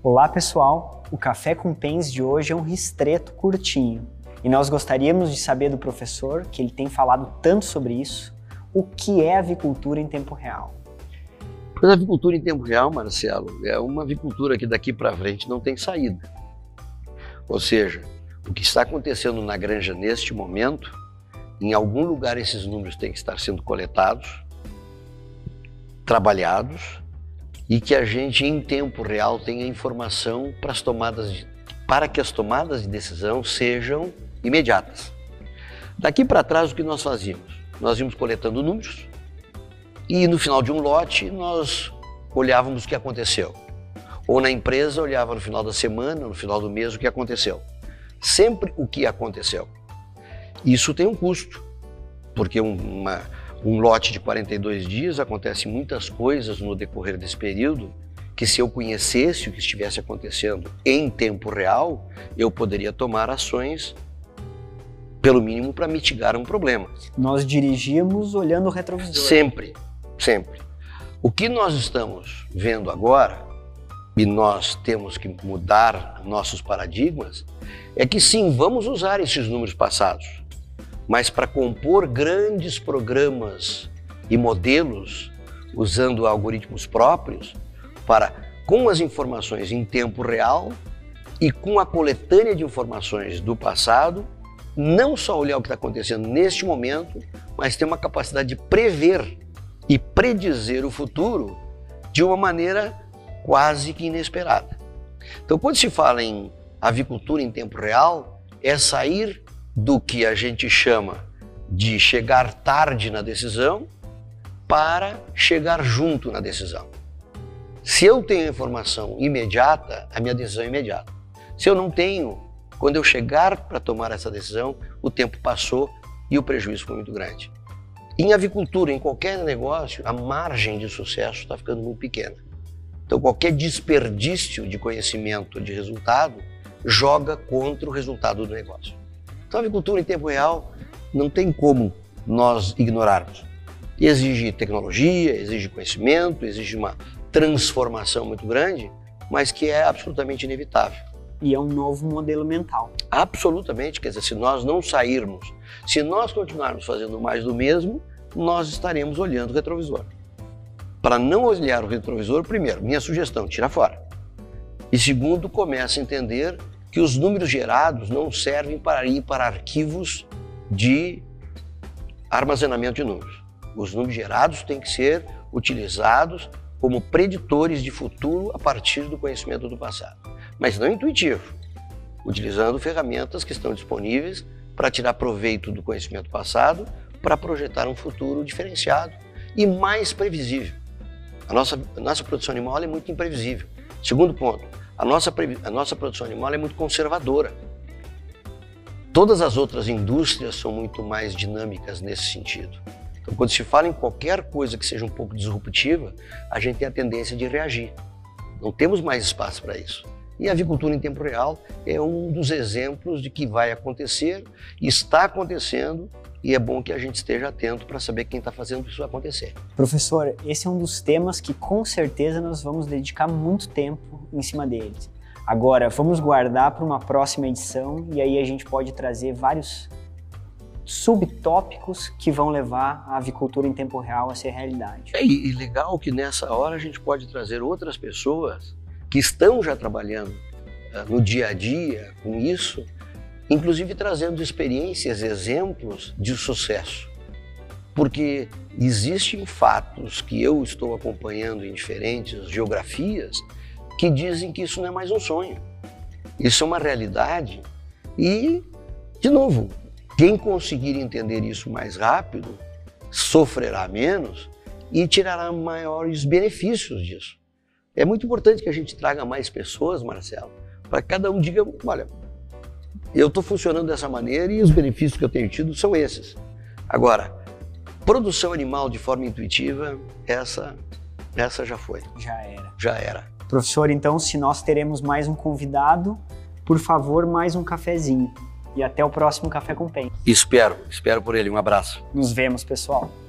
Olá pessoal, o Café com Pens de hoje é um ristreto curtinho e nós gostaríamos de saber do professor, que ele tem falado tanto sobre isso, o que é avicultura em tempo real. Pois a avicultura em tempo real, Marcelo, é uma avicultura que daqui para frente não tem saída. Ou seja, o que está acontecendo na granja neste momento, em algum lugar esses números têm que estar sendo coletados, trabalhados, e que a gente em tempo real tenha informação para que as tomadas de decisão sejam imediatas. Daqui para trás o que nós fazíamos? Nós íamos coletando números e no final de um lote nós olhávamos o que aconteceu. Ou na empresa olhava no final da semana, no final do mês o que aconteceu. Sempre o que aconteceu. Isso tem um custo, porque um lote de 42 dias acontece muitas coisas no decorrer desse período que se eu conhecesse o que estivesse acontecendo em tempo real, eu poderia tomar ações, pelo mínimo, para mitigar um problema. Nós dirigíamos olhando o retrovisor. Sempre, sempre. O que nós estamos vendo agora, e nós temos que mudar nossos paradigmas, é que sim, vamos usar esses números passados, mas para compor grandes programas e modelos, usando algoritmos próprios, para, com as informações em tempo real e com a coletânea de informações do passado, não só olhar o que está acontecendo neste momento, mas ter uma capacidade de prever e predizer o futuro de uma maneira quase que inesperada. Então, quando se fala em avicultura em tempo real, é sair do que a gente chama de chegar tarde na decisão para chegar junto na decisão. Se eu tenho informação imediata, a minha decisão é imediata. Se eu não tenho, quando eu chegar para tomar essa decisão, o tempo passou e o prejuízo foi muito grande. Em avicultura, em qualquer negócio, a margem de sucesso está ficando muito pequena. Então, qualquer desperdício de conhecimento, de resultado, joga contra o resultado do negócio. Então, a avicultura em tempo real não tem como nós ignorarmos. Exige tecnologia, exige conhecimento, exige uma transformação muito grande, mas que é absolutamente inevitável. E é um novo modelo mental. Absolutamente, quer dizer, se nós não sairmos, se nós continuarmos fazendo mais do mesmo, nós estaremos olhando o retrovisor. Para não olhar o retrovisor, primeiro, minha sugestão, tira fora. E segundo, comece a entender que os números gerados não servem para ir para arquivos de armazenamento de números. Os números gerados têm que ser utilizados como preditores de futuro a partir do conhecimento do passado. Mas não intuitivo, utilizando ferramentas que estão disponíveis para tirar proveito do conhecimento passado para projetar um futuro diferenciado e mais previsível. A nossa produção animal é muito imprevisível. Segundo ponto, a nossa produção animal é muito conservadora. Todas as outras indústrias são muito mais dinâmicas nesse sentido. Então, quando se fala em qualquer coisa que seja um pouco disruptiva, a gente tem a tendência de reagir. Não temos mais espaço para isso. E a avicultura em tempo real é um dos exemplos de que vai acontecer, está acontecendo, e é bom que a gente esteja atento para saber quem está fazendo isso acontecer. Professor, esse é um dos temas que com certeza nós vamos dedicar muito tempo em cima deles. Agora, vamos guardar para uma próxima edição e aí a gente pode trazer vários subtópicos que vão levar a avicultura em tempo real a ser realidade. E legal que nessa hora a gente pode trazer outras pessoas que estão já trabalhando no dia a dia com isso, inclusive trazendo experiências, exemplos de sucesso. Porque existem fatos que eu estou acompanhando em diferentes geografias que dizem que isso não é mais um sonho. Isso é uma realidade e, de novo, quem conseguir entender isso mais rápido sofrerá menos e tirará maiores benefícios disso. É muito importante que a gente traga mais pessoas, Marcelo, para que cada um diga, olha, eu estou funcionando dessa maneira e os benefícios que eu tenho tido são esses. Agora, produção animal de forma intuitiva, essa já foi. Já era. Professor, então, se nós teremos mais um convidado, por favor, mais um cafezinho. E até o próximo Café com Pen. Espero por ele. Um abraço. Nos vemos, pessoal.